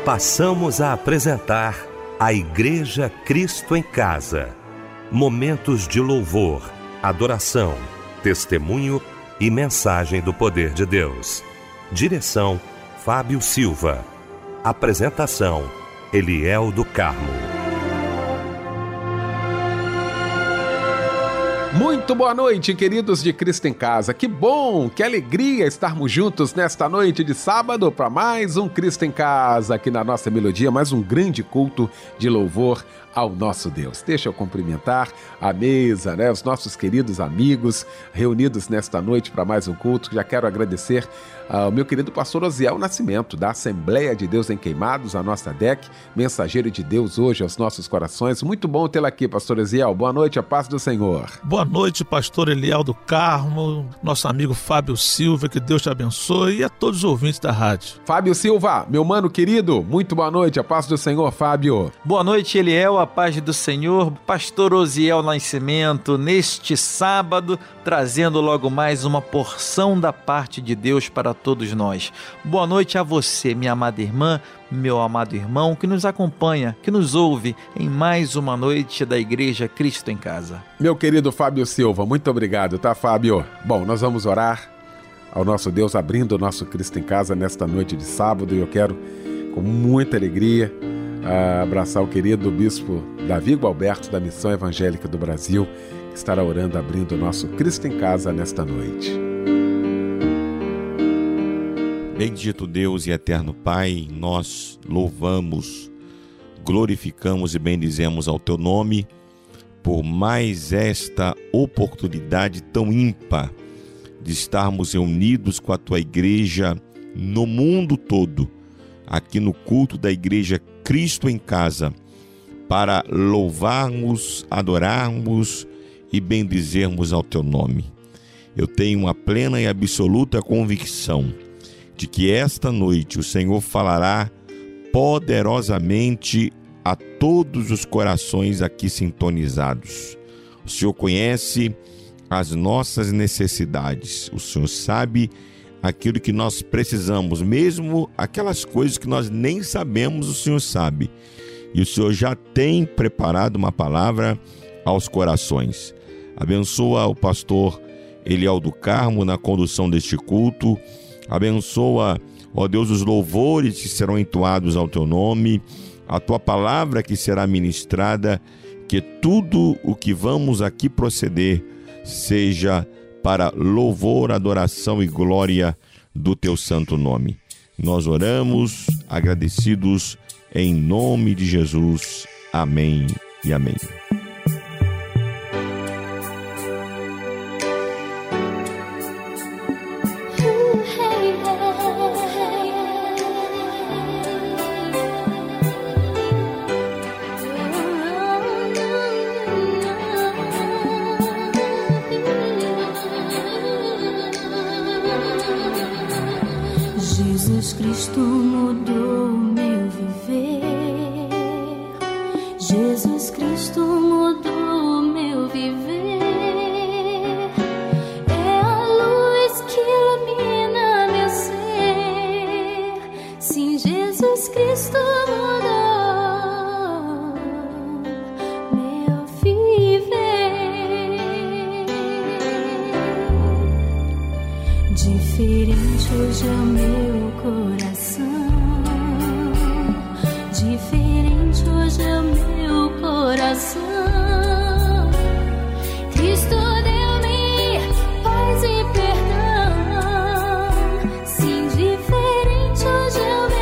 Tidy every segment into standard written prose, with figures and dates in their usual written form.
Passamos a apresentar a Igreja Cristo em Casa. Momentos de louvor, adoração, testemunho e mensagem do poder de Deus. Direção: Fábio Silva. Apresentação: Eliel do Carmo. Muito boa noite, queridos de Cristo em Casa. Que bom, que alegria estarmos juntos nesta noite de sábado para mais um Cristo em Casa aqui na nossa melodia, mais um grande culto de louvor ao nosso Deus. Deixa eu cumprimentar a mesa, os nossos queridos amigos reunidos nesta noite para mais um culto. Já quero agradecer ao meu querido pastor Osiel Nascimento, da Assembleia de Deus em Queimados, a nossa DEC, mensageiro de Deus hoje aos nossos corações. Muito bom tê-lo aqui, pastor Osiel. Boa noite, a paz do Senhor. Boa noite, pastor Eliel do Carmo, nosso amigo Fábio Silva, que Deus te abençoe, e a todos os ouvintes da rádio. Fábio Silva, meu mano querido, muito boa noite, a paz do Senhor, Fábio. Boa noite, Eliel, a paz do Senhor. Pastor Osiel Nascimento, neste sábado, trazendo logo mais uma porção da parte de Deus para todos nós. Boa noite a você, minha amada irmã, meu amado irmão, que nos acompanha, que nos ouve em mais uma noite da Igreja Cristo em Casa. Meu querido Fábio Silva, muito obrigado, tá, Fábio? Bom, nós vamos orar ao nosso Deus, abrindo o nosso Cristo em Casa nesta noite de sábado, e eu quero, com muita alegria, abraçar o querido bispo Davi Gualberto, da Missão Evangélica do Brasil, que estará orando, abrindo o nosso Cristo em Casa nesta noite. Bendito Deus e eterno Pai, nós louvamos, glorificamos e bendizemos ao Teu nome por mais esta oportunidade tão ímpar de estarmos reunidos com a Tua Igreja no mundo todo, aqui no culto da Igreja Cristo em Casa, para louvarmos, adorarmos e bendizermos ao Teu nome. Eu tenho uma plena e absoluta convicção de que esta noite o Senhor falará poderosamente a todos os corações aqui sintonizados. O Senhor conhece as nossas necessidades, o Senhor sabe aquilo que nós precisamos, mesmo aquelas coisas que nós nem sabemos, o Senhor sabe. E o Senhor já tem preparado uma palavra aos corações. Abençoa o pastor Eliel do Carmo na condução deste culto. Abençoa, ó Deus, os louvores que serão entoados ao Teu nome, a Tua palavra que será ministrada, que tudo o que vamos aqui proceder seja para louvor, adoração e glória do Teu santo nome. Nós oramos, agradecidos, em nome de Jesus. Amém e amém. Jesus Cristo mudou meu viver. Jesus Cristo mudou meu viver. É a luz que ilumina meu ser. Sim, Jesus Cristo mudou meu viver. Diferente hoje é o meu coração. Diferente hoje é o meu coração. Cristo deu-me paz e perdão. Sim, diferente hoje é o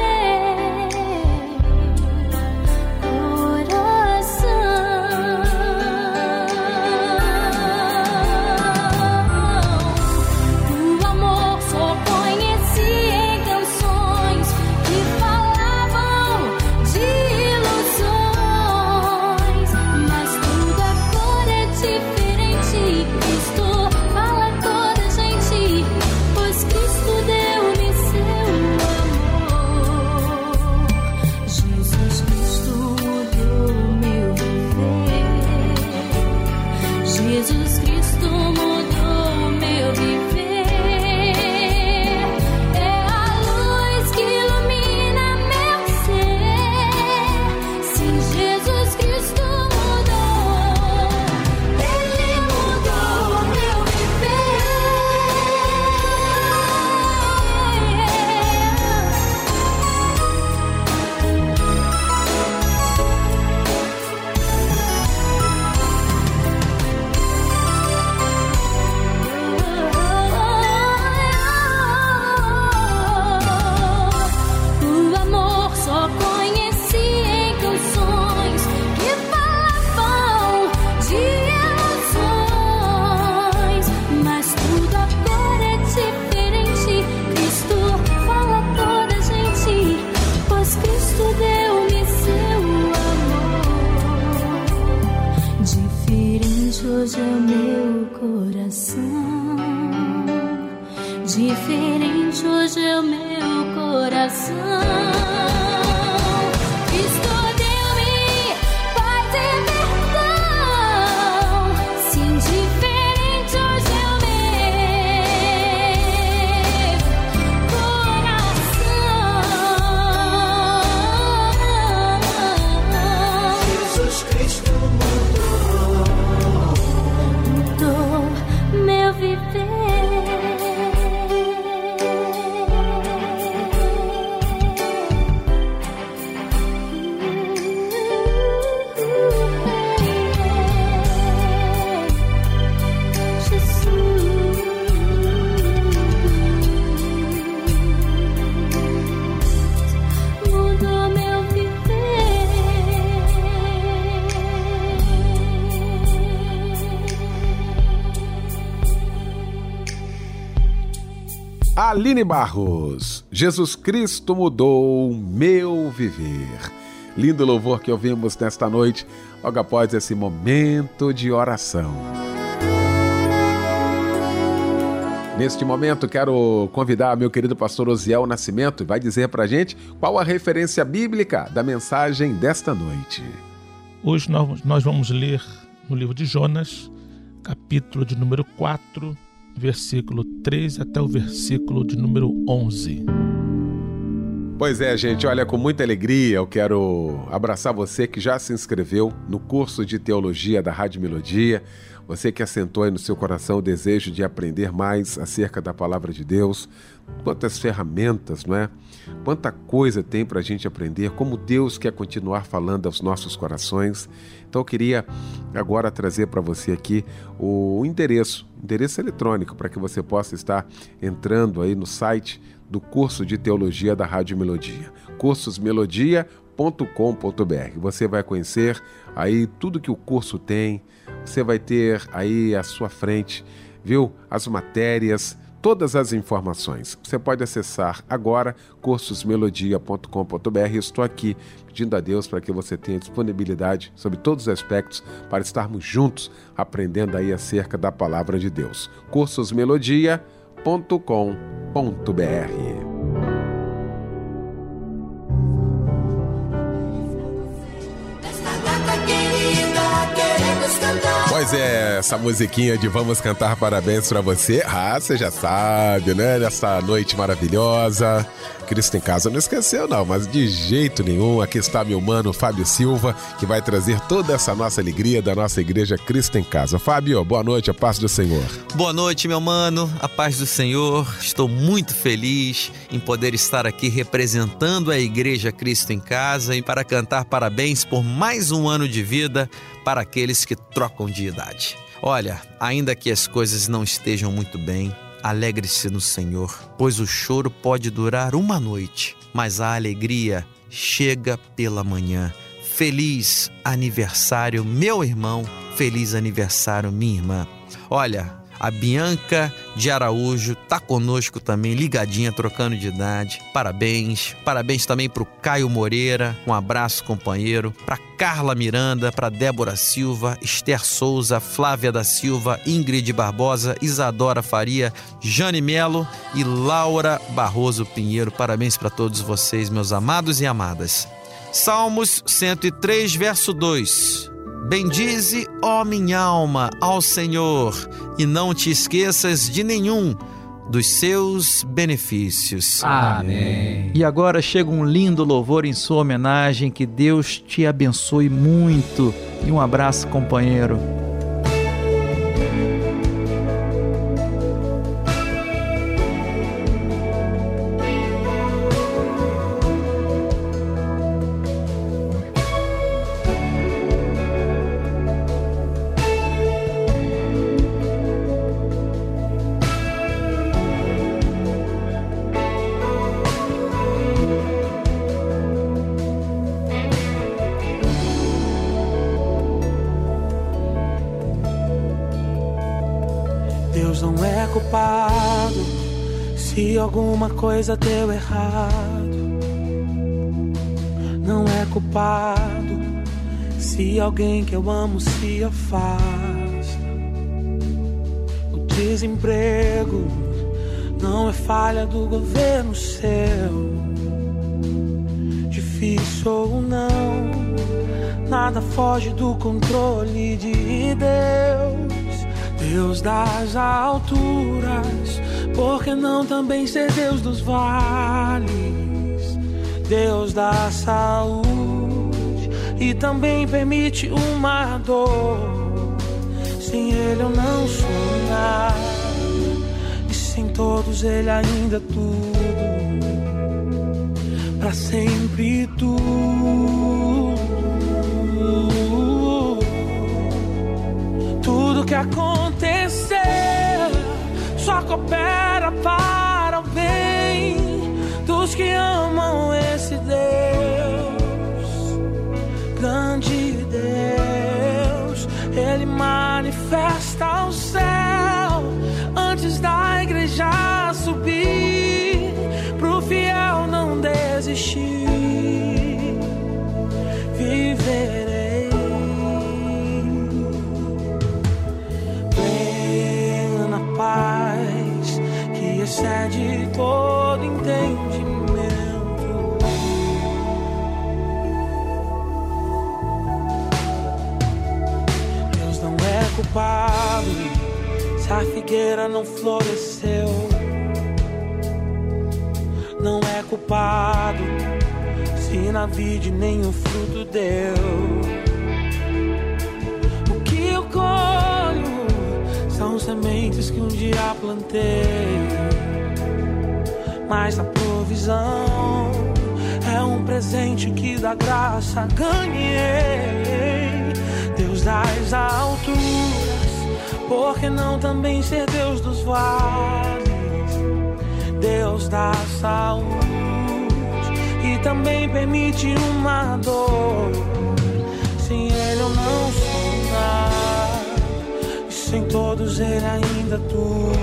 meu coração. O amor só conheci em canções que falavam de ilusões, mas tudo agora é diferente. Diferente hoje é o meu coração. Cristo deu-me paz e perdão. Sim, diferente hoje é o meu coração. Jesus Cristo mudou meu viver. Aline Barros, Jesus Cristo mudou meu viver. Lindo louvor que ouvimos nesta noite, logo após esse momento de oração. Neste momento, quero convidar meu querido pastor Osiel Nascimento e vai dizer pra gente qual a referência bíblica da mensagem desta noite. Hoje nós vamos ler no livro de Jonas, capítulo de número 4, versículo 3 até o versículo de número 11. Pois é, gente, olha, com muita alegria eu quero abraçar você que já se inscreveu no curso de teologia da Rádio Melodia, você que assentou aí no seu coração o desejo de aprender mais acerca da palavra de Deus, quantas ferramentas, não é? Quanta coisa tem para a gente aprender, como Deus quer continuar falando aos nossos corações. Então eu queria agora trazer para você aqui o endereço eletrônico para que você possa estar entrando aí no site do curso de teologia da Rádio Melodia, cursosmelodia.com.br. Você vai conhecer aí tudo que o curso tem, você vai ter aí à sua frente, viu, as matérias, todas as informações. Você pode acessar agora cursosmelodia.com.br. Estou aqui pedindo a Deus para que você tenha disponibilidade sobre todos os aspectos para estarmos juntos aprendendo aí acerca da palavra de Deus. cursosmelodia.com.br. Pois é, essa musiquinha de Vamos Cantar Parabéns pra você. Ah, você já sabe, né? Nessa noite maravilhosa. Cristo em Casa não esqueceu não, mas de jeito nenhum. Aqui está meu mano Fábio Silva, que vai trazer toda essa nossa alegria da nossa igreja Cristo em Casa. Fábio, boa noite, a paz do Senhor. Boa noite, meu mano, a paz do Senhor. Estou muito feliz em poder estar aqui representando a igreja Cristo em Casa e para cantar parabéns por mais um ano de vida para aqueles que trocam de idade. Olha, ainda que as coisas não estejam muito bem, alegre-se no Senhor, pois o choro pode durar uma noite, mas a alegria chega pela manhã. Feliz aniversário, meu irmão, feliz aniversário, minha irmã. Olha, a Bianca de Araújo tá conosco também, ligadinha, trocando de idade. Parabéns. Parabéns também pro Caio Moreira, um abraço, companheiro. Pra Carla Miranda, pra Débora Silva, Esther Souza, Flávia da Silva, Ingrid Barbosa, Isadora Faria, Jane Melo e Laura Barroso Pinheiro. Parabéns para todos vocês, meus amados e amadas. Salmos 103, verso 2. Bendize, ó minha alma, ao Senhor, e não te esqueças de nenhum dos seus benefícios. Amém. E agora chega um lindo louvor em sua homenagem, que Deus te abençoe muito. E um abraço, companheiro. Deus não é culpado se alguma coisa deu errado. Não é culpado se alguém que eu amo se afasta. O Desemprego não é falha do governo seu. Difícil ou não, nada foge do controle de Deus. Deus das alturas, por que não também ser Deus dos vales? Deus da saúde e também permite uma dor. Sem Ele eu não sou nada, e sem todos Ele ainda tudo. Pra sempre tudo. Tudo que acontecer só coopera para o bem dos que amam esse Deus, grande Deus. Ele manifesta o céu antes da igreja subir, pro fiel não desistir. Viverei plena paz que excede todo entendimento. Deus não é culpado se a figueira não floresceu. Não é culpado se na vide nenhum fruto deu. O que eu colho são sementes que um dia plantei, mas a provisão é um presente que da graça ganhei. Deus das alturas, por que não também ser Deus dos vales? Deus da saúde e também permite uma dor. Sem Ele eu não sou nada, e sem todos Ele ainda tudo.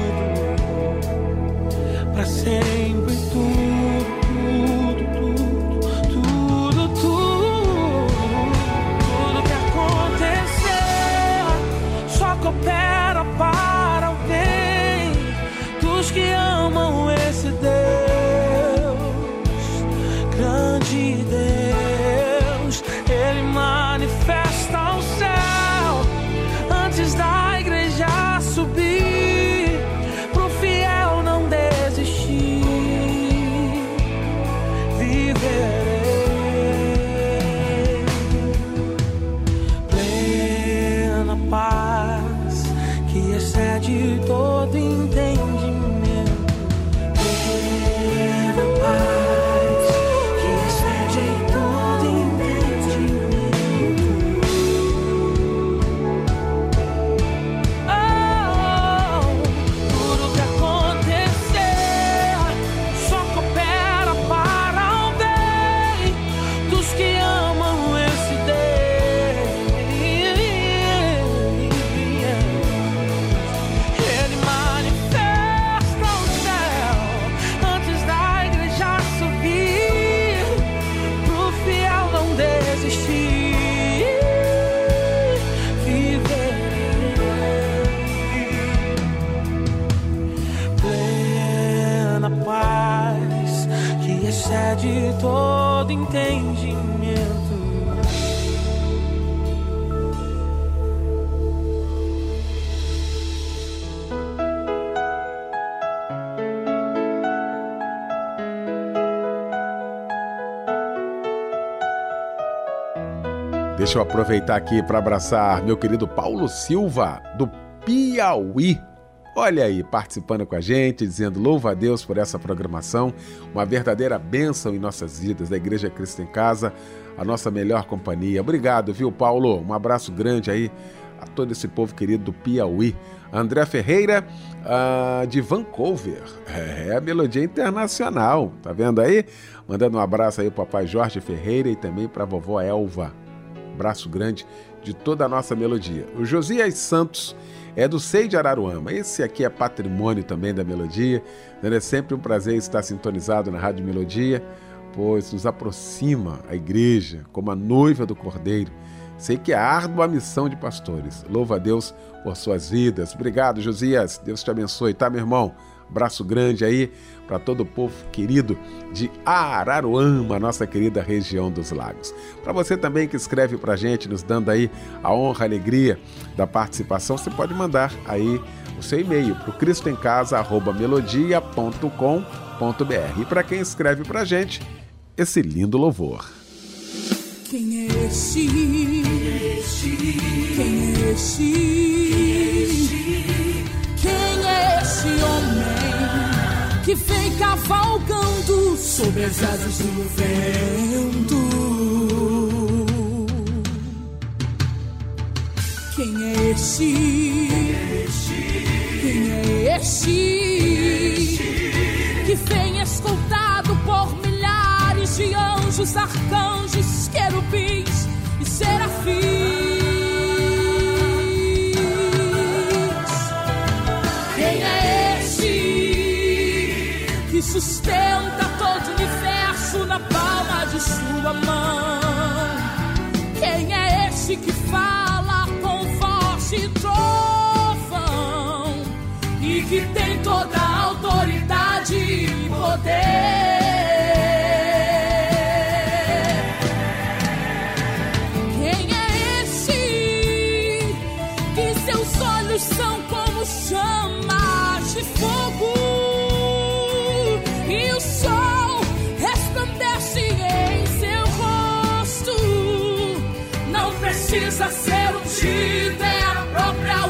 Pra sempre tudo, tudo, tudo, tudo. Tudo que acontecer só coopera para o bem dos que amam esse Deus, grande Deus. Ele manifesta o céu antes da igreja subir, pro fiel não desistir. Viverei plena paz que excede todo entendimento. De todo entendimento. Deixa eu aproveitar aqui para abraçar meu querido Paulo Silva, do Piauí. Olha aí, participando com a gente, dizendo louva a Deus por essa programação, uma verdadeira bênção em nossas vidas, da Igreja Cristo em Casa, a nossa melhor companhia. Obrigado, viu, Paulo? Um abraço grande aí a todo esse povo querido do Piauí. André Ferreira, de Vancouver, a Melodia Internacional, tá vendo aí? Mandando um abraço aí pro papai Jorge Ferreira e também pra vovó Elva. Abraço grande de toda a nossa Melodia. O Josias Santos é do SEI de Araruama. Esse aqui é patrimônio também da Melodia. É sempre um prazer estar sintonizado na Rádio Melodia, pois nos aproxima a igreja como a noiva do Cordeiro, Sei que é árdua a missão de pastores. Louvo a Deus por suas vidas. Obrigado, Josias. Deus te abençoe, tá, meu irmão? Abraço grande aí para todo o povo querido de Araruama, nossa querida região dos lagos. Para você também que escreve para a gente, nos dando aí a honra, a alegria da participação, você pode mandar aí o seu e-mail para o cristoemcasa@melodia.com.br. E para quem escreve para a gente, esse lindo louvor. Quem é este? Quem é este? Quem é este homem que vem cavalgando sobre as asas do vento? Quem é este? Quem é este que vem escoltado por milhares de anjos, arcanjos, querubins e serafins? Quem é este que sustenta todo o universo na palma de sua mão? Quem é este que fala com voz de trovão e que tem toda a autoridade e poder? São como chamas de fogo e o sol resplandece em seu rosto. Não precisa ser ungido, é a própria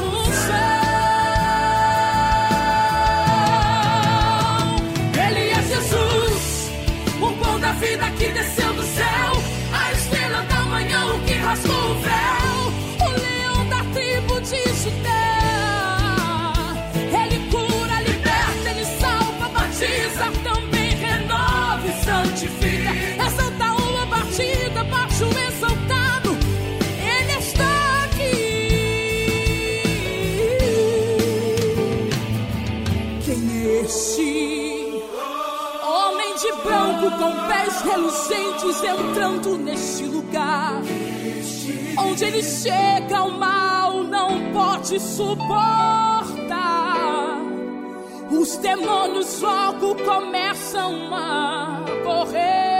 unção. Ele é Jesus, o pão da vida que desceu do céu, a estrela da manhã, o que rasgou o véu, o leão da tribo de Judá. Também renova e santifica. Exalta uma batida, bate o exaltado. Ele está aqui. Quem é este? Homem de branco com pés reluzentes entrando neste lugar. Onde ele chega, o mal não pode suportar. Os demônios logo começam a correr.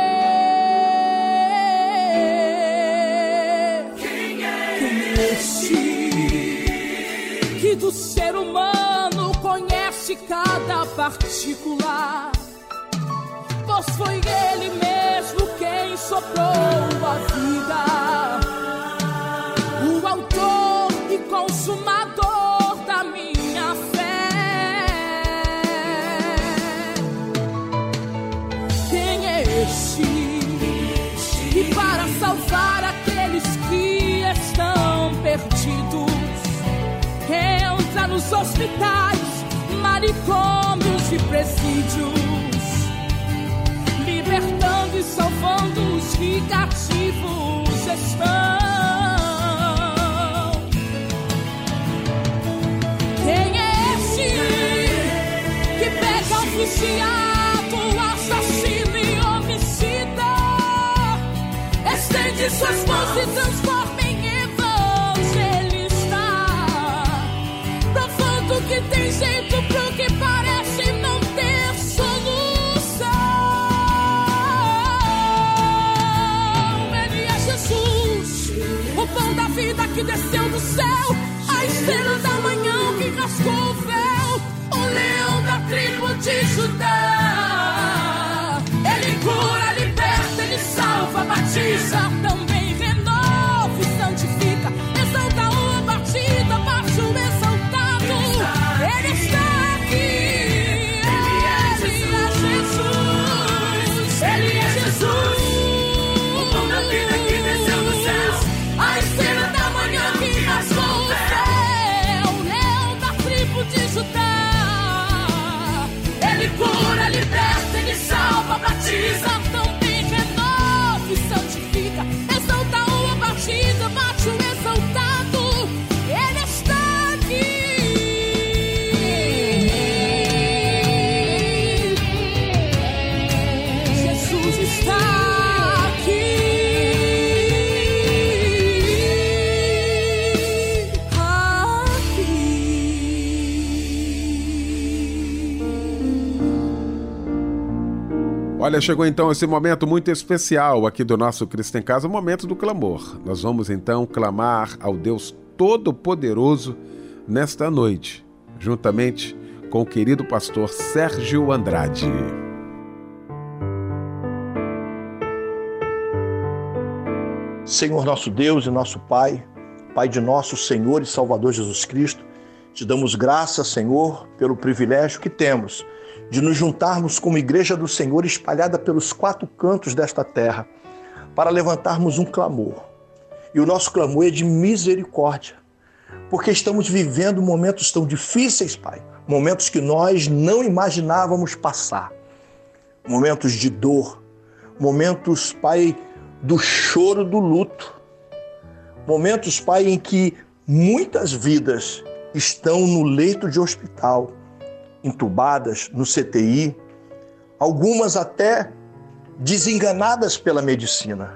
Quem é este que do ser humano conhece cada partícula? Pois foi ele mesmo quem soprou a vida, o autor e consumador da minha fé. E para salvar aqueles que estão perdidos, entra nos hospitais, manicômios e presídios, libertando e salvando os que cativos estão. Quem é esse que pega o viciado, assassino e homicida, estende suas mãos e transforma em evangelista, provando que tem jeito pro que parece não ter solução? Ele é Jesus, o pão da vida que desceu do céu, a estrela da manhã que rasgou o véu, o leão da tribo de Judá. Olha, chegou então esse momento muito especial aqui do nosso Cristo em Casa, o momento do clamor. Nós vamos então clamar ao Deus Todo-Poderoso nesta noite, juntamente com o querido pastor Sérgio Andrade. Senhor nosso Deus e nosso Pai, Pai de nosso Senhor e Salvador Jesus Cristo, te damos graças, Senhor, pelo privilégio que temos de nos juntarmos como igreja do Senhor espalhada pelos 4 cantos desta terra, para levantarmos um clamor. E o nosso clamor é de misericórdia, porque estamos vivendo momentos tão difíceis, Pai, momentos que nós não imaginávamos passar, momentos de dor, momentos, Pai, do choro, do luto, momentos, Pai, em que muitas vidas estão no leito de hospital, entubadas no CTI, algumas até desenganadas pela medicina.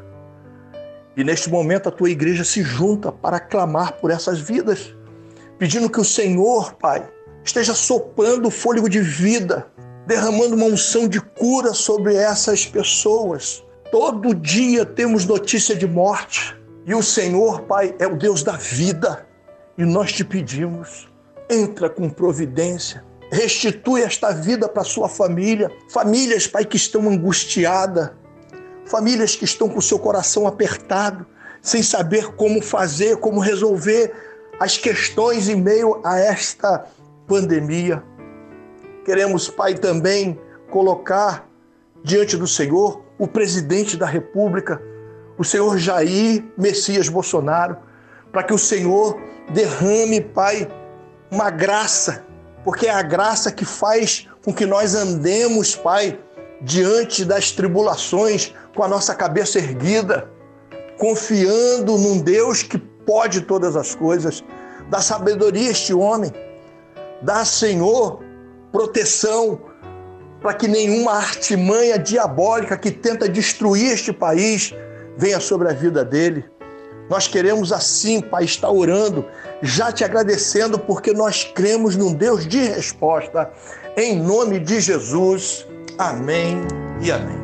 E neste momento a tua igreja se junta para clamar por essas vidas, pedindo que o Senhor, Pai, esteja soprando o fôlego de vida, derramando uma unção de cura sobre essas pessoas. Todo dia temos notícia de morte e o Senhor, Pai, é o Deus da vida. E nós te pedimos, entra com providência, restitui esta vida para a sua família. Famílias, Pai, que estão angustiadas, famílias que estão com o seu coração apertado, sem saber como fazer, como resolver as questões em meio a esta pandemia. Queremos, Pai, também colocar diante do Senhor o presidente da República, o senhor Jair Messias Bolsonaro, para que o Senhor derrame, Pai, uma graça, porque é a graça que faz com que nós andemos, Pai, diante das tribulações, com a nossa cabeça erguida, confiando num Deus que pode todas as coisas. Dá sabedoria a este homem, dá, Senhor, proteção, para que nenhuma artimanha diabólica que tenta destruir este país venha sobre a vida dele. Nós queremos assim, Pai, estar orando, já te agradecendo, porque nós cremos num Deus de resposta. Em nome de Jesus, amém e amém.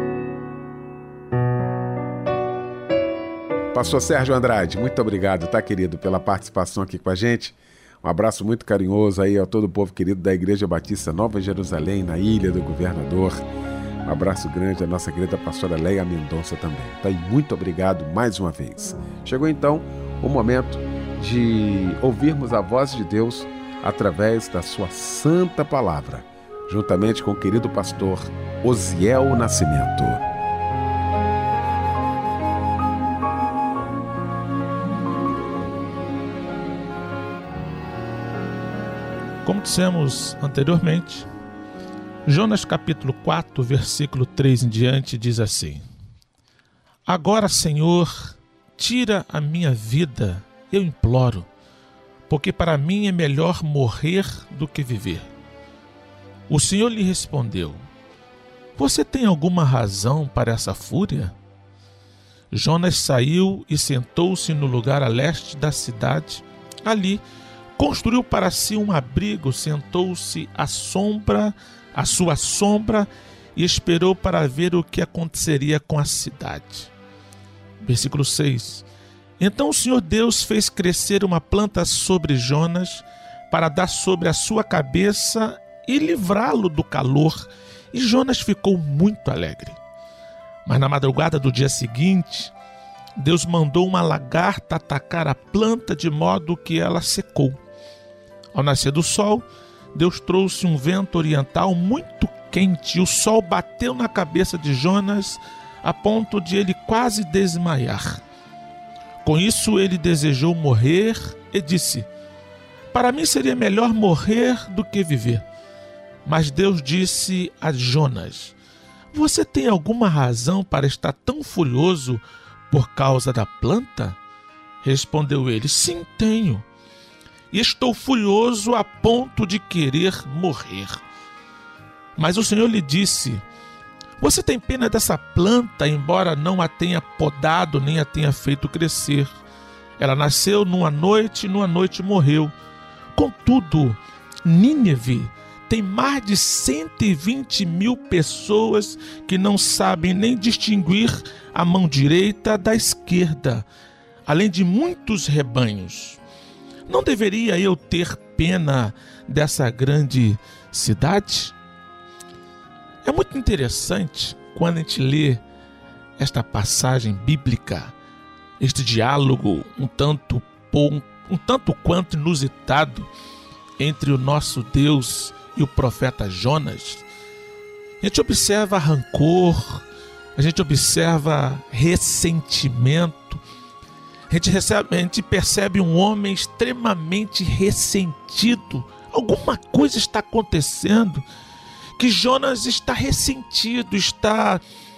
Pastor Sérgio Andrade, muito obrigado, tá, querido, pela participação aqui com a gente. Um abraço muito carinhoso aí a todo o povo querido da Igreja Batista Nova Jerusalém, na Ilha do Governador. Um abraço grande à nossa querida pastora Leia Mendonça também. Tá? E muito obrigado mais uma vez. Chegou então o momento de ouvirmos a voz de Deus através da sua santa palavra, juntamente com o querido pastor Osiel Nascimento. Como dissemos anteriormente, Jonas capítulo 4, versículo 3 em diante diz assim: Agora, Senhor, tira a minha vida, eu imploro, porque para mim é melhor morrer do que viver. O Senhor lhe respondeu: Você tem alguma razão para essa fúria? Jonas saiu e sentou-se no lugar a leste da cidade. Ali, construiu para si um abrigo, sentou-se à sua sombra e esperou para ver o que aconteceria com a cidade. Versículo 6. Então o Senhor Deus fez crescer uma planta sobre Jonas para dar sobre a sua cabeça e livrá-lo do calor, e Jonas ficou muito alegre. Mas na madrugada do dia seguinte, Deus mandou uma lagarta atacar a planta de modo que ela secou. Ao nascer do sol, Deus trouxe um vento oriental muito quente e o sol bateu na cabeça de Jonas a ponto de ele quase desmaiar. Com isso, ele desejou morrer e disse: Para mim seria melhor morrer do que viver. Mas Deus disse a Jonas: Você tem alguma razão para estar tão furioso por causa da planta? Respondeu ele: Sim, tenho. E estou furioso a ponto de querer morrer. Mas o Senhor lhe disse: Você tem pena dessa planta, embora não a tenha podado nem a tenha feito crescer. Ela nasceu numa noite e numa noite morreu. Contudo, Nínive tem mais de 120 mil pessoas que não sabem nem distinguir a mão direita da esquerda, além de muitos rebanhos. Não deveria eu ter pena dessa grande cidade? É muito interessante quando a gente lê esta passagem bíblica, este diálogo um tanto quanto inusitado entre o nosso Deus e o profeta Jonas. A gente observa rancor, a gente observa ressentimento, a gente percebe um homem extremamente ressentido. Alguma coisa está acontecendo, que Jonas está ressentido, está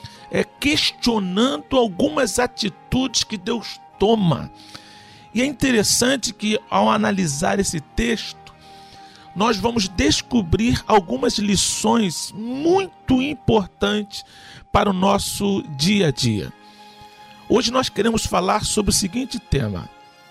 questionando algumas atitudes que Deus toma. E é interessante que, ao analisar esse texto, nós vamos descobrir algumas lições muito importantes para o nosso dia a dia. Hoje nós queremos falar sobre o seguinte tema: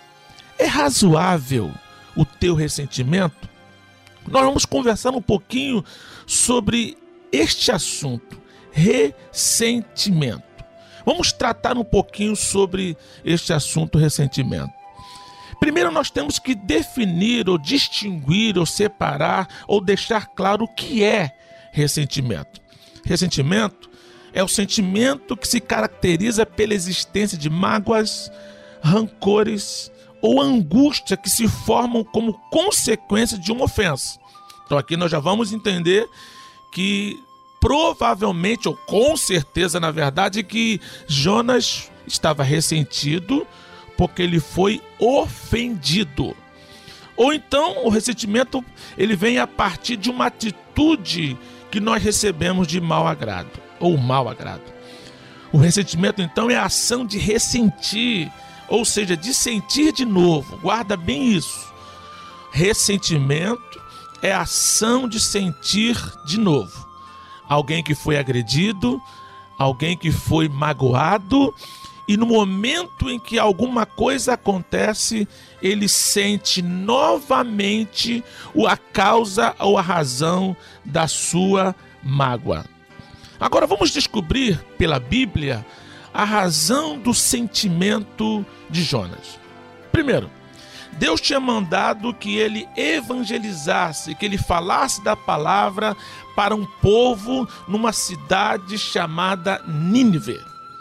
é razoável o teu ressentimento? Nós vamos conversar um pouquinho sobre este assunto, ressentimento. Vamos tratar um pouquinho sobre este assunto, ressentimento. Primeiro nós temos que definir ou distinguir ou separar ou deixar claro o que é ressentimento. Ressentimento é o sentimento que se caracteriza pela existência de mágoas, rancores ou angústia que se formam como consequência de uma ofensa. Então aqui nós já vamos entender que provavelmente, ou com certeza na verdade, que Jonas estava ressentido porque ele foi ofendido. Ou então o ressentimento ele vem a partir de uma atitude que nós recebemos de mau agrado ou mau agrado. O ressentimento então é a ação de ressentir, ou seja, de sentir de novo. Guarda bem isso. Ressentimento é a ação de sentir de novo. Alguém que foi agredido, alguém que foi magoado, e no momento em que alguma coisa acontece, ele sente novamente a causa ou a razão da sua mágoa. Agora vamos descobrir pela Bíblia a razão do sentimento de Jonas. Primeiro, Deus tinha mandado que ele evangelizasse, que ele falasse da palavra para um povo numa cidade chamada Nínive.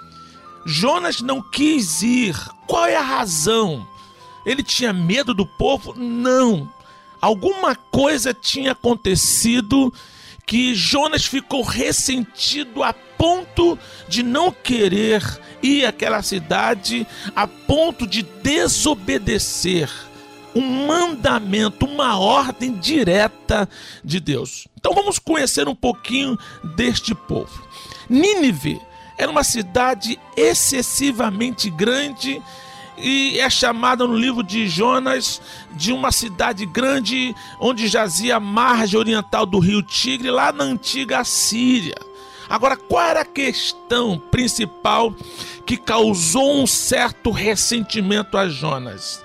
Jonas não quis ir. Qual é a razão? Ele tinha medo do povo? Não. Alguma coisa tinha acontecido que Jonas ficou ressentido a ponto de não querer ir àquela cidade, a ponto de desobedecer um mandamento, uma ordem direta de Deus. Então vamos conhecer um pouquinho deste povo. Nínive era uma cidade excessivamente grande e é chamada no livro de Jonas de uma cidade grande onde jazia a margem oriental do rio Tigre, lá na antiga Assíria. Agora, qual era a questão principal que causou um certo ressentimento a Jonas?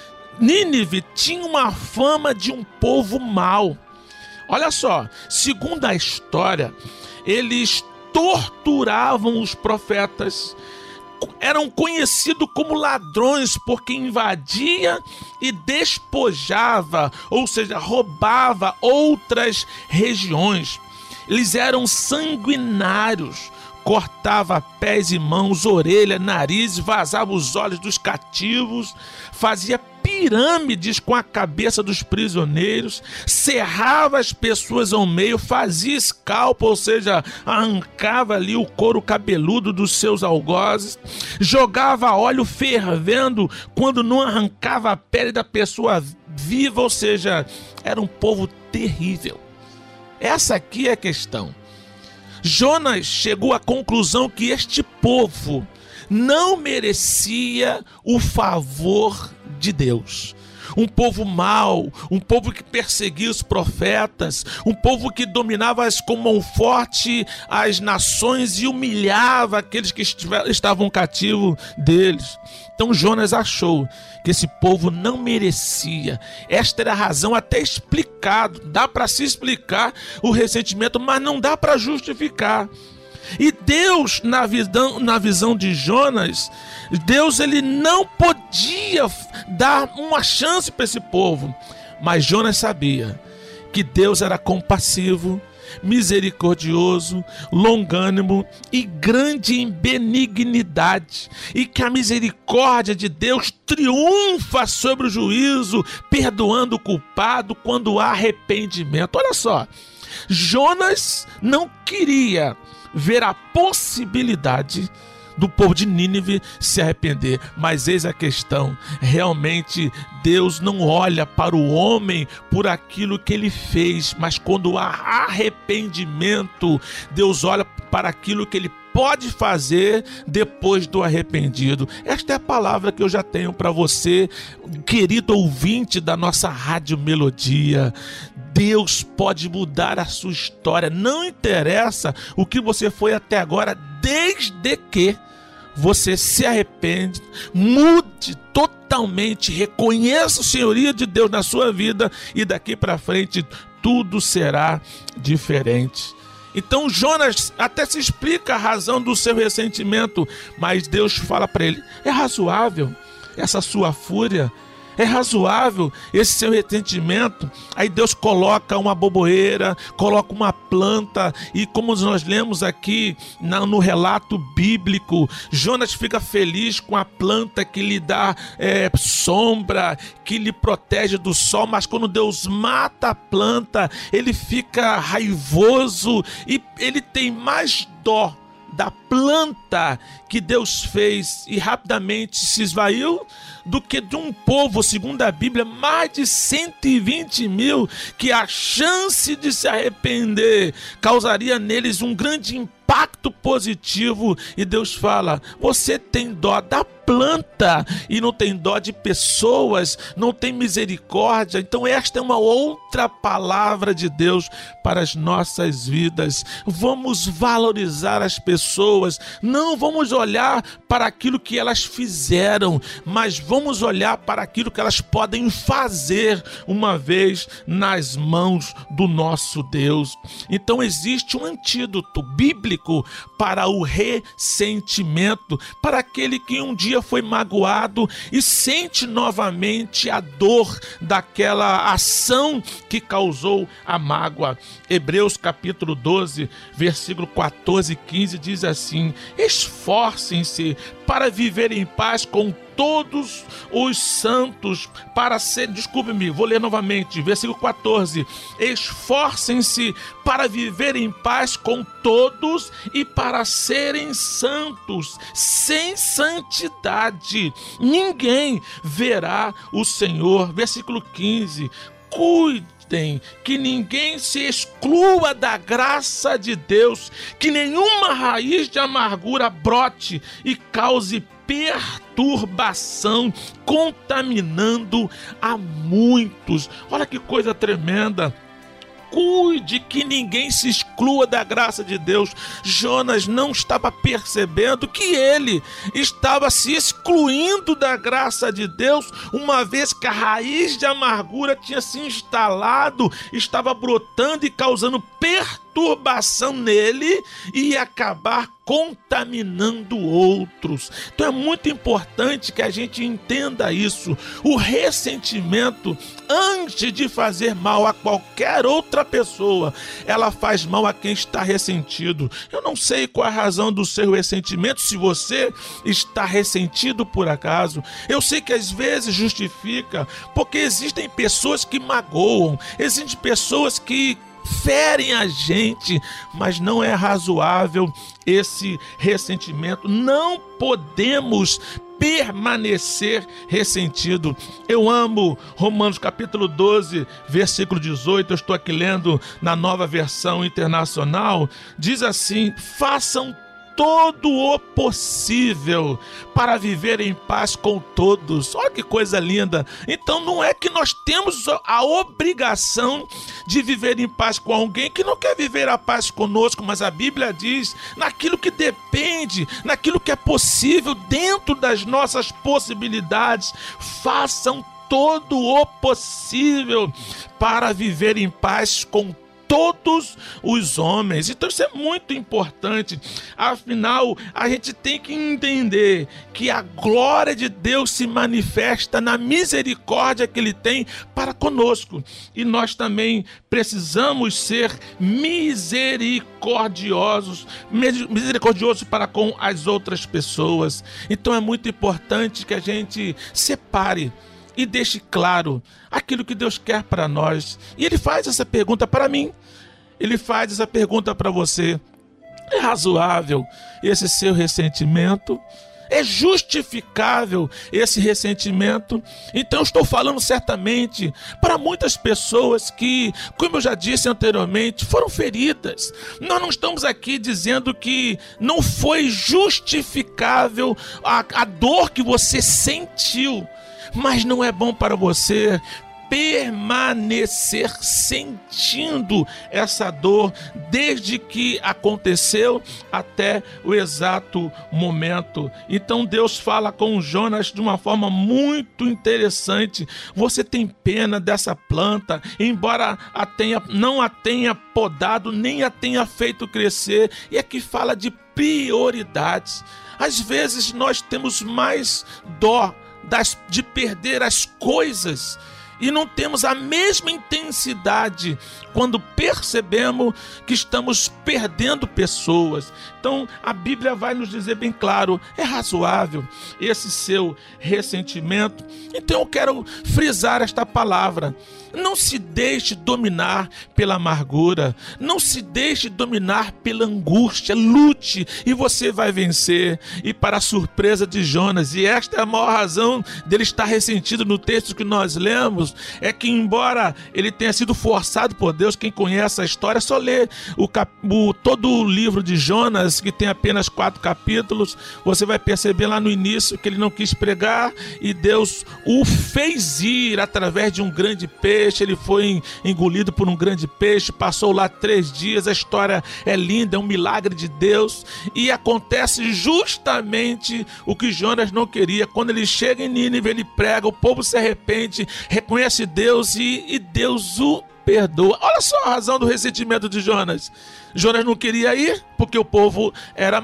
Nínive tinha uma fama de um povo mau. Olha só, segundo a história, eles torturavam os profetas, eram conhecidos como ladrões porque invadia e despojava, ou seja, roubava outras regiões. Eles eram sanguinários, cortava pés e mãos, orelha, nariz, vazava os olhos dos cativos, fazia pirâmides com a cabeça dos prisioneiros, serrava as pessoas ao meio, fazia escalpo, ou seja, arrancava ali o couro cabeludo dos seus algozes, jogava óleo fervendo quando não arrancava a pele da pessoa viva, ou seja, era um povo terrível. Essa aqui é a questão. Jonas chegou à conclusão que este povo não merecia o favor de Deus. um povo mau, um povo que perseguia os profetas, um povo que dominava com mão forte as nações e humilhava aqueles que estavam cativos deles. Então Jonas achou que esse povo não merecia. Esta era a razão até explicado. Dá para se explicar o ressentimento, mas não dá para justificar. E Deus, na visão de Jonas, Deus ele não podia dar uma chance para esse povo. Mas Jonas sabia que Deus era compassivo, misericordioso, longânimo e grande em benignidade, e que a misericórdia de Deus triunfa sobre o juízo, perdoando o culpado quando há arrependimento. Olha só, Jonas não queria ver a possibilidade do povo de Nínive se arrepender, mas eis a questão: realmente Deus não olha para o homem por aquilo que ele fez, mas quando há arrependimento, Deus olha para aquilo que ele pode fazer depois do arrependido. Esta é a palavra que eu já tenho para você, querido ouvinte da nossa Rádio Melodia. Deus pode mudar a sua história, não interessa o que você foi até agora, desde que você se arrepende, mude totalmente, reconheça o senhorio de Deus na sua vida e daqui para frente tudo será diferente. Então Jonas até se explica a razão do seu ressentimento, mas Deus fala para ele: é razoável essa sua fúria? É razoável esse seu ressentimento? Aí Deus coloca uma boboeira, coloca uma planta, e como nós lemos aqui no relato bíblico, Jonas fica feliz com a planta que lhe dá sombra, que lhe protege do sol, mas quando Deus mata a planta, ele fica raivoso e ele tem mais dó da planta que Deus fez e rapidamente se esvaiu, do que de um povo, segundo a Bíblia, mais de 120 mil, que a chance de se arrepender causaria neles um grande impacto positivo. E Deus fala: você tem dó da planta e não tem dó de pessoas, não tem misericórdia. Então esta é uma outra palavra de Deus para as nossas vidas. Vamos valorizar as pessoas, não vamos olhar para aquilo que elas fizeram, mas vamos olhar para aquilo que elas podem fazer uma vez nas mãos do nosso Deus. Então existe um antídoto bíblico para o ressentimento, para aquele que um dia foi magoado e sente novamente a dor daquela ação que causou a mágoa. Hebreus capítulo 12, versículo 14 e 15 diz assim: esforcem-se para viver em paz com todos os santos, para ser, vou ler novamente, versículo 14: esforcem-se para viver em paz com todos e para serem santos. Sem santidade ninguém verá o Senhor. Versículo 15: cuidem que ninguém se exclua da graça de Deus, que nenhuma raiz de amargura brote e cause perturbação, contaminando a muitos. Olha que coisa tremenda. Cuide que ninguém se exclua da graça de Deus. Jonas não estava percebendo que ele estava se excluindo da graça de Deus, uma vez que a raiz de amargura tinha se instalado, estava brotando e causando perturbação nele e ia acabar contaminando outros. Então é muito importante que a gente entenda isso. O ressentimento, antes de fazer mal a qualquer outra pessoa, ela faz mal a quem está ressentido. Eu não sei qual a razão do seu ressentimento, se você está ressentido por acaso. Eu sei que às vezes justifica, porque existem pessoas que magoam, existem pessoas que ferem a gente, mas não é razoável esse ressentimento. Não podemos permanecer ressentido. Eu amo Romanos capítulo 12, versículo 18, eu estou aqui lendo na Nova Versão Internacional, diz assim: façam todo o possível para viver em paz com todos. Olha que coisa linda. Então não é que nós temos a obrigação de viver em paz com alguém que não quer viver a paz conosco, mas a Bíblia diz, naquilo que depende, naquilo que é possível, dentro das nossas possibilidades, façam todo o possível para viver em paz com todos os homens. Então isso é muito importante. Afinal, a gente tem que entender que a glória de Deus se manifesta na misericórdia que Ele tem para conosco. E nós também precisamos ser misericordiosos para com as outras pessoas. Então é muito importante que a gente separe e deixe claro aquilo que Deus quer para nós. E Ele faz essa pergunta para mim, Ele faz essa pergunta para você: é razoável esse seu ressentimento? É justificável esse ressentimento? Então eu estou falando certamente para muitas pessoas que, como eu já disse anteriormente, foram feridas. Nós não estamos aqui dizendo que não foi justificável a dor que você sentiu, mas não é bom para você permanecer sentindo essa dor desde que aconteceu até o exato momento. Então Deus fala com Jonas de uma forma muito interessante. Você tem pena dessa planta, embora não a tenha podado, nem a tenha feito crescer. E aqui fala de prioridades. Às vezes nós temos mais dó de perder as coisas e não temos a mesma intensidade quando percebemos que estamos perdendo pessoas. Então a Bíblia vai nos dizer bem claro: é razoável esse seu ressentimento. Então eu quero frisar esta palavra: não se deixe dominar pela amargura, não se deixe dominar pela angústia. Lute e você vai vencer. E para a surpresa de Jonas, e esta é a maior razão dele estar ressentido no texto que nós lemos, é que embora ele tenha sido forçado por Deus, quem conhece a história, só lê todo o livro de Jonas, que tem apenas 4 capítulos, você vai perceber lá no início que ele não quis pregar e Deus o fez ir através de um grande peixe. Ele foi engolido por um grande peixe, passou lá 3 dias. A história é linda, é um milagre de Deus, e acontece justamente o que Jonas não queria. Quando ele chega em Nínive, ele prega, o povo se arrepende, reconhece Deus e Deus o perdoa. Olha só a razão do ressentimento de Jonas. Jonas não queria ir porque o povo era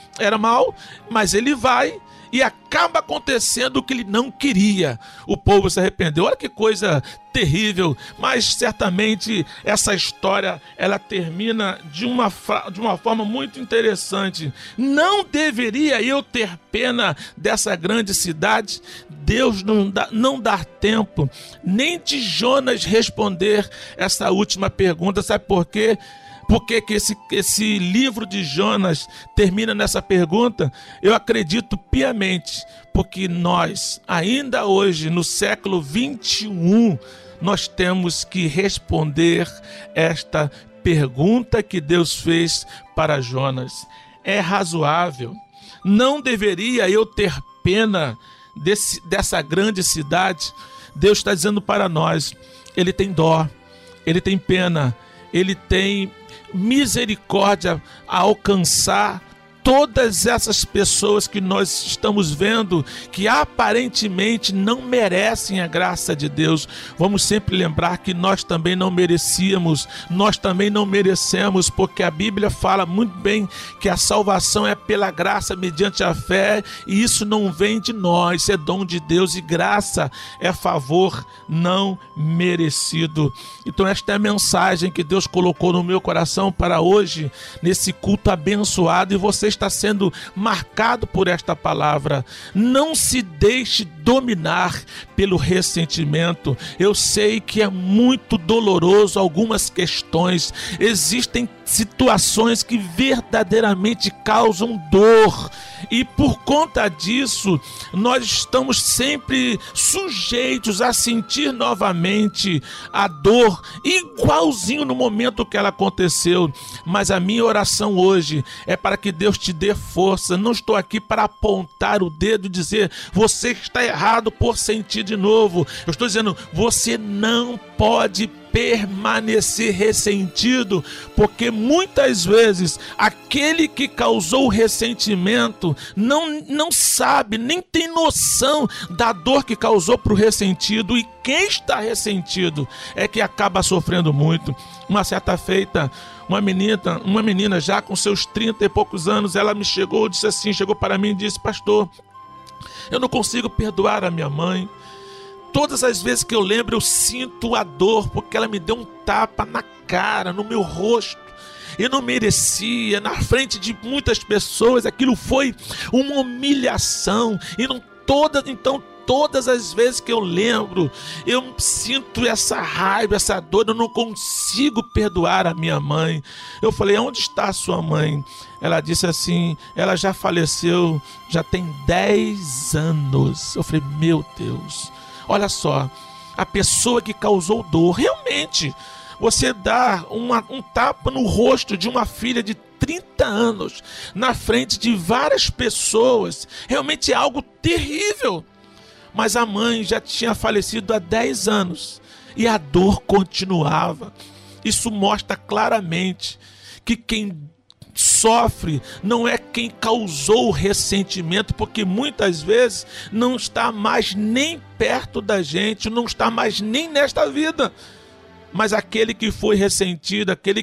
mau, mas ele vai e acaba acontecendo o que ele não queria. O povo se arrependeu. Olha que coisa terrível. Mas certamente essa história ela termina de uma forma muito interessante. Não deveria eu ter pena dessa grande cidade? Deus não dá tempo nem de Jonas responder essa última pergunta. Sabe por quê? Por que esse livro de Jonas termina nessa pergunta? Eu acredito piamente, porque nós, ainda hoje, no século 21, nós temos que responder esta pergunta que Deus fez para Jonas. É razoável? Não deveria eu ter pena dessa grande cidade? Deus está dizendo para nós, Ele tem dó, Ele tem pena, Ele tem misericórdia a alcançar todas essas pessoas que nós estamos vendo que aparentemente não merecem a graça de Deus. Vamos sempre lembrar que nós também não merecíamos, nós também não merecemos, porque a Bíblia fala muito bem que a salvação é pela graça mediante a fé, e isso não vem de nós, é dom de Deus, e graça é favor não merecido. Então esta é a mensagem que Deus colocou no meu coração para hoje, nesse culto abençoado, e você está sendo marcado por esta palavra. Não se deixe dominar pelo ressentimento. Eu sei que é muito doloroso algumas questões, existem situações que verdadeiramente causam dor, E por conta disso, nós estamos sempre sujeitos a sentir novamente a dor, igualzinho no momento que ela aconteceu. Mas a minha oração hoje é para que Deus te dê força. Não estou aqui para apontar o dedo e dizer, você está errado por sentir de novo. Eu estou dizendo, você não pode permanecer ressentido, porque muitas vezes aquele que causou o ressentimento não sabe, nem tem noção da dor que causou para o ressentido, e quem está ressentido é que acaba sofrendo muito. Uma certa feita, uma menina já com seus 30 e poucos anos, ela me chegou para mim e disse, pastor, eu não consigo perdoar a minha mãe. Todas as vezes que eu lembro, eu sinto a dor, porque ela me deu um tapa na cara, no meu rosto. Eu não merecia, na frente de muitas pessoas, aquilo foi uma humilhação. Então, todas as vezes que eu lembro, eu sinto essa raiva, essa dor, eu não consigo perdoar a minha mãe. Eu falei, onde está a sua mãe? Ela disse assim, ela já faleceu, já tem 10 anos. Eu falei, meu Deus, olha só, a pessoa que causou dor, realmente, você dá um tapa no rosto de uma filha de 30 anos, na frente de várias pessoas, realmente é algo terrível. Mas a mãe já tinha falecido há 10 anos e a dor continuava. Isso mostra claramente que quem sofre não é quem causou o ressentimento, porque muitas vezes não está mais nem perto da gente, não está mais nem nesta vida. Mas aquele que foi ressentido, aquele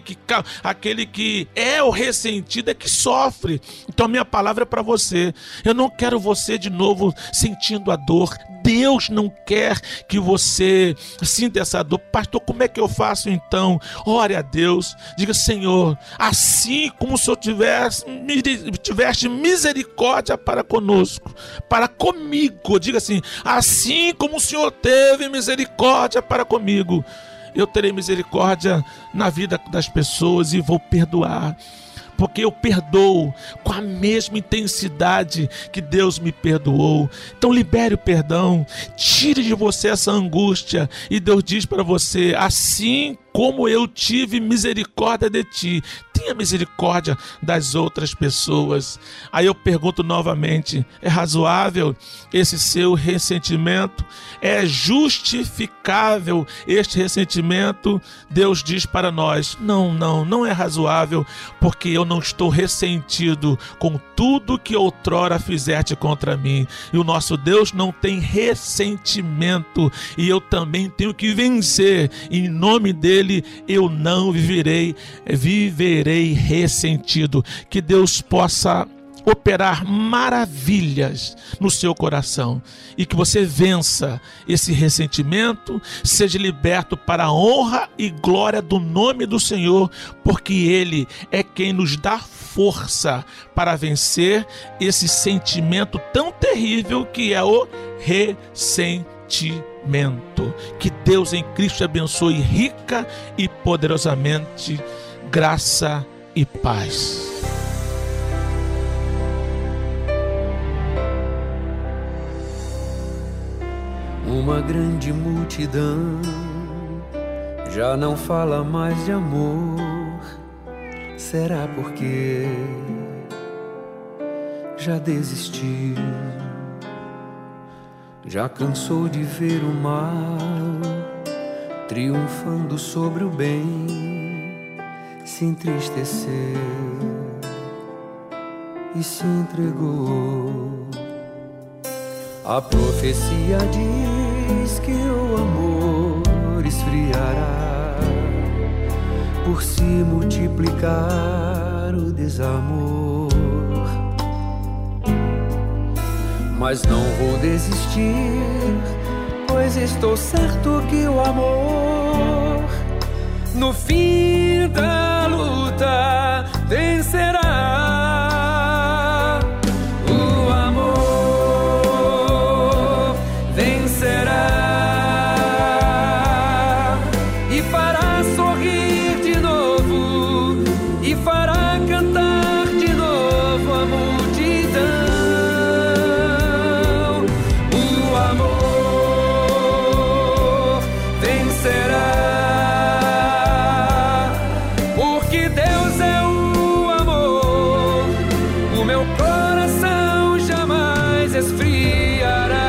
que é o ressentido é que sofre. Então a minha palavra é para você. Eu não quero você de novo sentindo a dor. Deus não quer que você sinta essa dor. Pastor, como é que eu faço então? Ore a Deus. Diga, Senhor, assim como o Senhor tiveste misericórdia para conosco, para comigo. Diga assim, assim como o Senhor teve misericórdia para comigo, eu terei misericórdia na vida das pessoas e vou perdoar. Porque eu perdoo com a mesma intensidade que Deus me perdoou. Então libere o perdão, tire de você essa angústia. E Deus diz para você, assim como eu tive misericórdia de ti, tenha misericórdia das outras pessoas. Aí eu pergunto novamente, é razoável esse seu ressentimento? É justificável este ressentimento? Deus diz para nós, não é razoável, porque eu não estou ressentido com tudo que outrora fizeste contra mim. E o nosso Deus não tem ressentimento, e eu também tenho que vencer. Em nome dele eu não viverei ressentido. Que Deus possa operar maravilhas no seu coração e que você vença esse ressentimento, seja liberto para a honra e glória do nome do Senhor, porque Ele é quem nos dá força para vencer esse sentimento tão terrível que é o ressentimento. Que Deus em Cristo te abençoe rica e poderosamente, graça e paz. Uma grande multidão já não fala mais de amor. Será porque já desistiu? Já cansou de ver o mal triunfando sobre o bem? Se entristeceu e se entregou. A profecia diz que o amor esfriará por se multiplicar o desamor. Mas não vou desistir, pois estou certo que o amor, no fim da luta, vencerá. O amor vencerá e fará sorrir de novo, e fará cantar de novo a multidão. porque Deus é o amor. O meu coração jamais esfriará.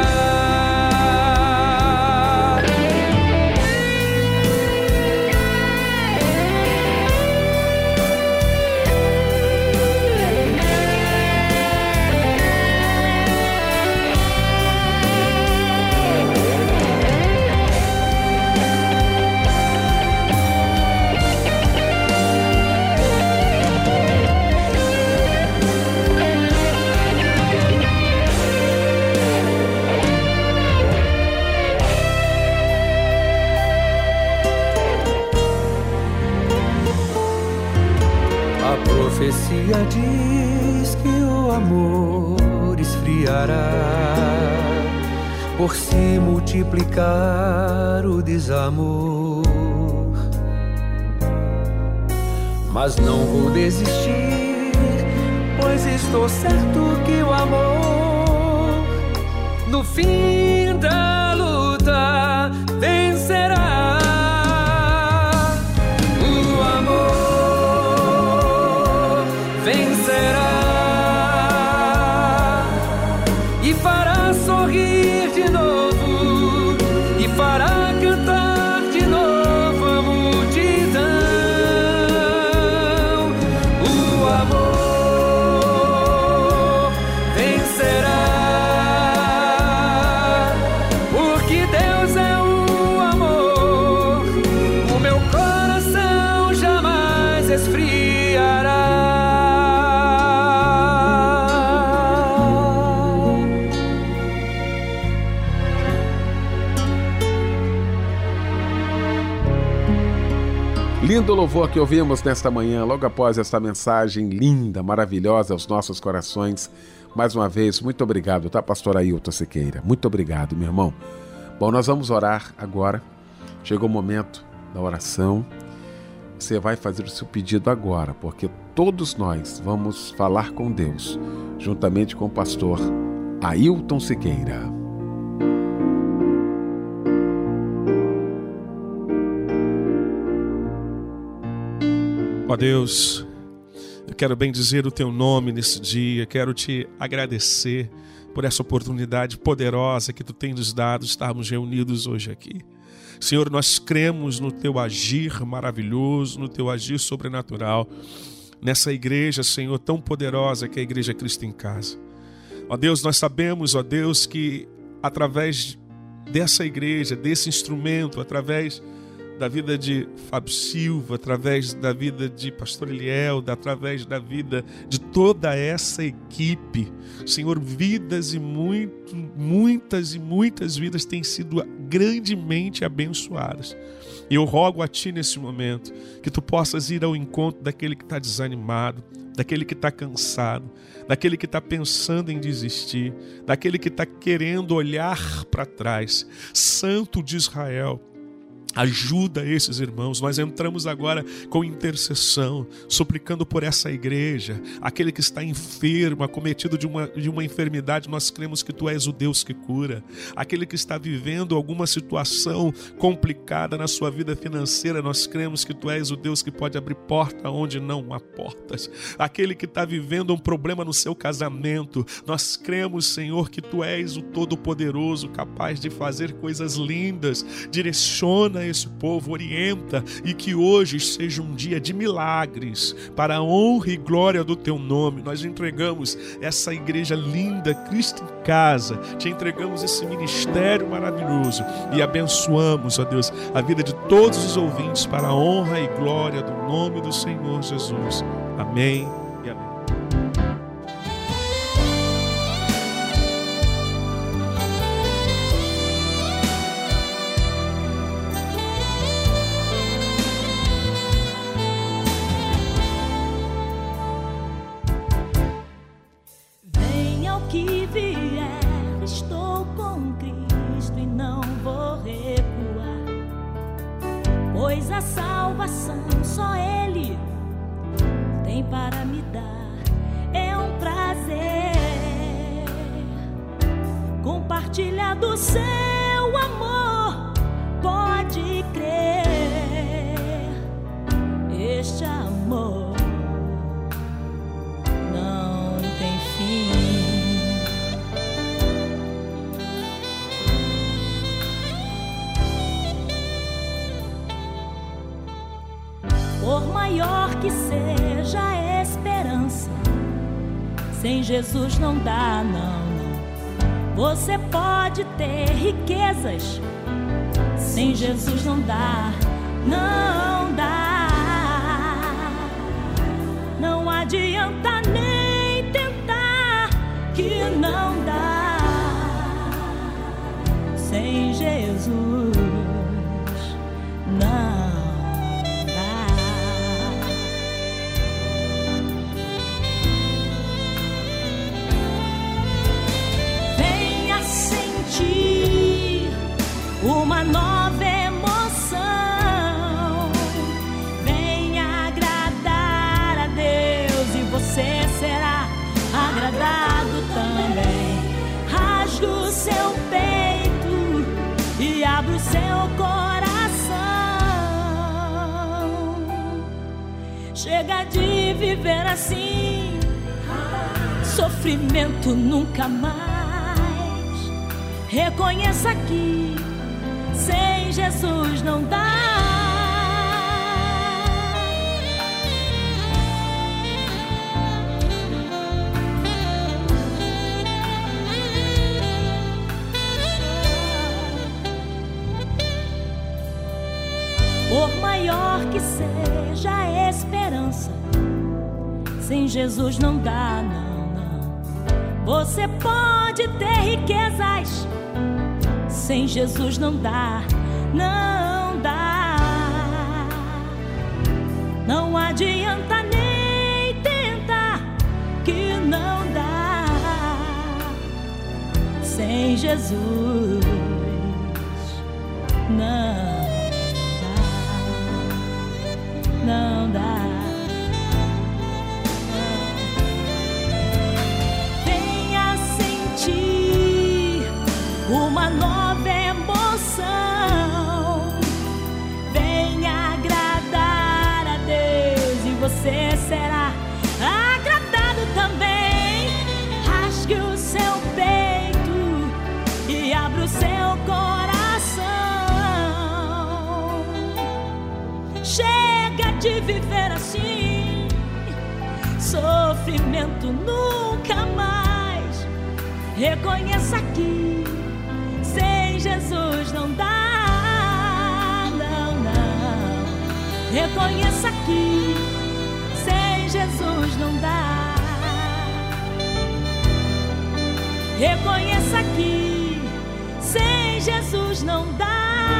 A profecia diz que o amor esfriará por se multiplicar o desamor. Mas não vou desistir, pois estou certo que o amor, no fim da luta, vencerá. O amor vencerá e fará sorrir de novo e fará cantar de novo a multidão. O amor vencerá, porque Deus é o amor. O meu coração jamais esfriará. Lindo louvor que ouvimos nesta manhã, logo após esta mensagem linda, maravilhosa aos nossos corações. Mais uma vez, muito obrigado, tá, pastor Ailton Siqueira? Muito obrigado, meu irmão. Bom, nós vamos orar agora. Chegou o momento da oração. Você vai fazer o seu pedido agora, porque todos nós vamos falar com Deus, juntamente com o pastor Ailton Siqueira. Ó Deus, eu quero bendizer o Teu nome nesse dia, quero Te agradecer por essa oportunidade poderosa que Tu tem nos dado, estarmos reunidos hoje aqui. Senhor, nós cremos no Teu agir maravilhoso, no Teu agir sobrenatural, nessa igreja, Senhor, tão poderosa que é a Igreja Cristo em Casa. Ó Deus, nós sabemos, ó Deus, que através dessa igreja, desse instrumento, através da vida de Fábio Silva, através da vida de Pastor Eliel, através da vida de toda essa equipe, Senhor, vidas e muitas vidas têm sido grandemente abençoadas. E eu rogo a Ti nesse momento que Tu possas ir ao encontro daquele que está desanimado, daquele que está cansado, daquele que está pensando em desistir, daquele que está querendo olhar para trás. Santo de Israel, ajuda esses irmãos. Nós entramos agora com intercessão, suplicando por essa igreja, aquele que está enfermo, acometido de uma enfermidade, nós cremos que Tu és o Deus que cura. Aquele que está vivendo alguma situação complicada na sua vida financeira, nós cremos que Tu és o Deus que pode abrir porta onde não há portas. Aquele que está vivendo um problema no seu casamento, nós cremos, Senhor, que Tu és o Todo-Poderoso, capaz de fazer coisas lindas. Direciona esse povo, orienta, e que hoje seja um dia de milagres para a honra e glória do Teu nome. Nós entregamos essa igreja linda, Cristo em Casa, Te entregamos esse ministério maravilhoso e abençoamos, ó Deus, a vida de todos os ouvintes para a honra e glória do nome do Senhor Jesus. Amém e amém. Pois a salvação só Ele tem para me dar. É um prazer compartilhar do seu amor. Pode crer, este amor amor não tem fim. Por maior que seja a esperança, sem Jesus não dá, não. Você pode ter riquezas, sem Jesus não dá, não dá. Não adianta nem tentar, que não dá. Sem Jesus não. Uma nova emoção, venha agradar a Deus e você será agradado também. Rasgue o seu peito e abra o seu coração. Chega de viver assim, sofrimento nunca mais. Reconheça que sem Jesus não dá. Por maior que seja a esperança, sem Jesus não dá, não, não. Você pode ter riquezas, sem Jesus não dá, não dá. Não adianta nem tentar, que não dá. Sem Jesus não dá, não dá. Venha sentir uma nova emoção, venha agradar a Deus e você será agradado também. Rasgue o seu peito e abra o seu coração. Chega de viver assim, sofrimento nunca mais. Reconheça que sem Jesus não dá, não, não. Reconheça que sem Jesus não dá. Reconheça que sem Jesus não dá.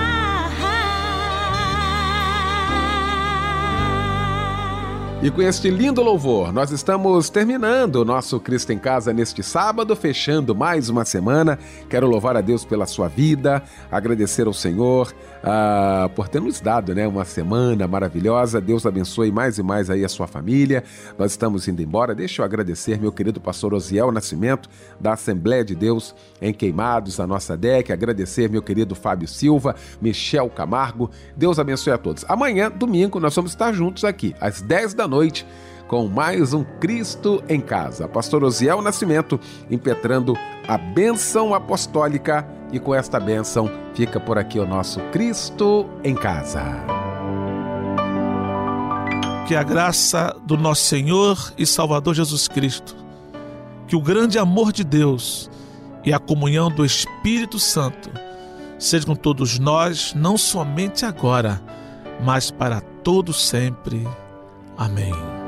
E com este lindo louvor, nós estamos terminando o nosso Cristo em Casa neste sábado, fechando mais uma semana. Quero louvar a Deus pela sua vida, agradecer ao Senhor por ter nos dado, né, uma semana maravilhosa. Deus abençoe mais e mais aí a sua família. Nós estamos indo embora. Deixa eu agradecer meu querido pastor Osiel Nascimento, da Assembleia de Deus em Queimados, a nossa DEC. Agradecer meu querido Fábio Silva, Michel Camargo. Deus abençoe a todos. Amanhã, domingo, nós vamos estar juntos aqui, às 10 da noite, com mais um Cristo em Casa. Pastor Osiel Nascimento impetrando a bênção apostólica, e com esta bênção fica por aqui o nosso Cristo em Casa. Que a graça do nosso Senhor e Salvador Jesus Cristo, que o grande amor de Deus e a comunhão do Espírito Santo seja com todos nós, não somente agora, mas para todo sempre. Amém.